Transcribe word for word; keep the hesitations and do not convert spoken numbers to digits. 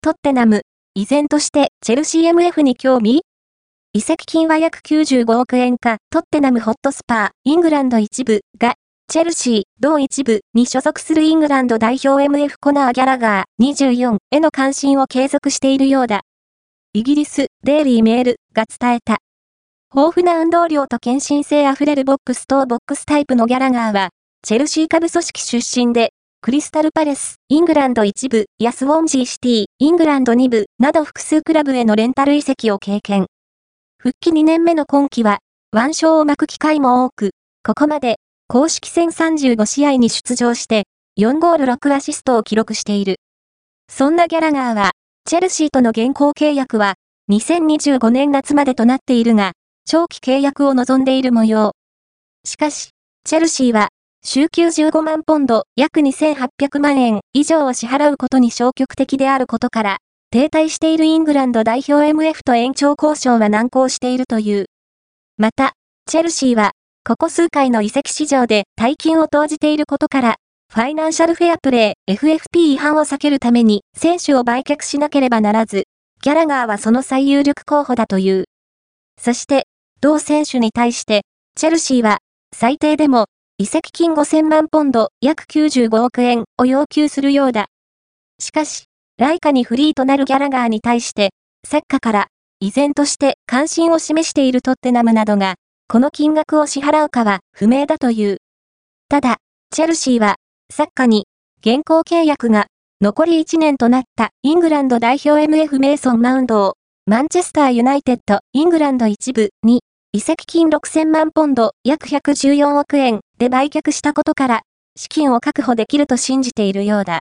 トッテナム、依然としてチェルシー エムエフ に興味？移籍金は約きゅうじゅうごおくえんか、トッテナムホットスパー、イングランド一部が、チェルシー、同一部に所属するイングランド代表 エムエフ コナー・ギャラガーにじゅうよんへの関心を継続しているようだ。イギリス、デイリーメールが伝えた。豊富な運動量と献身性あふれるボックスとボックスタイプのギャラガーは、チェルシー下部組織出身で、クリスタルパレス、イングランド一部やスウォンジーシティ、イングランド二部など複数クラブへのレンタル移籍を経験。復帰にねんめの今季は、腕章を巻く機会も多く、ここまで、公式戦さんじゅうごしあいに出場して、よんゴールろくアシストを記録している。そんなギャラガーは、チェルシーとの現行契約は、にせんにじゅうごねん夏までとなっているが、長期契約を望んでいる模様。しかし、チェルシーは、週休じゅうごまんポンド、約にせんはっぴゃくまんえん以上を支払うことに消極的であることから、停滞しているイングランド代表 エムエフ と延長交渉は難航しているという。また、チェルシーは、ここ数回の移籍市場で大金を投じていることから、ファイナンシャルフェアプレー エフエフピー 違反を避けるために選手を売却しなければならず、ギャラガーはその最有力候補だという。そして、同選手に対して、チェルシーは、最低でも、移籍金ごせんまんポンド、約きゅうじゅうごおくえんを要求するようだ。しかし、来夏にフリーとなるギャラガーに対して、サッカーから、依然として関心を示しているトッテナムなどが、この金額を支払うかは不明だという。ただ、チェルシーは、サッカーに、現行契約が、残りいちねんとなったイングランド代表 エムエフ メイソン・マウンドを、マンチェスターユナイテッド、イングランド一部に、移籍金ろくせんまんポンド、約ひゃくじゅうよんおくえんで売却したことから、資金を確保できると信じているようだ。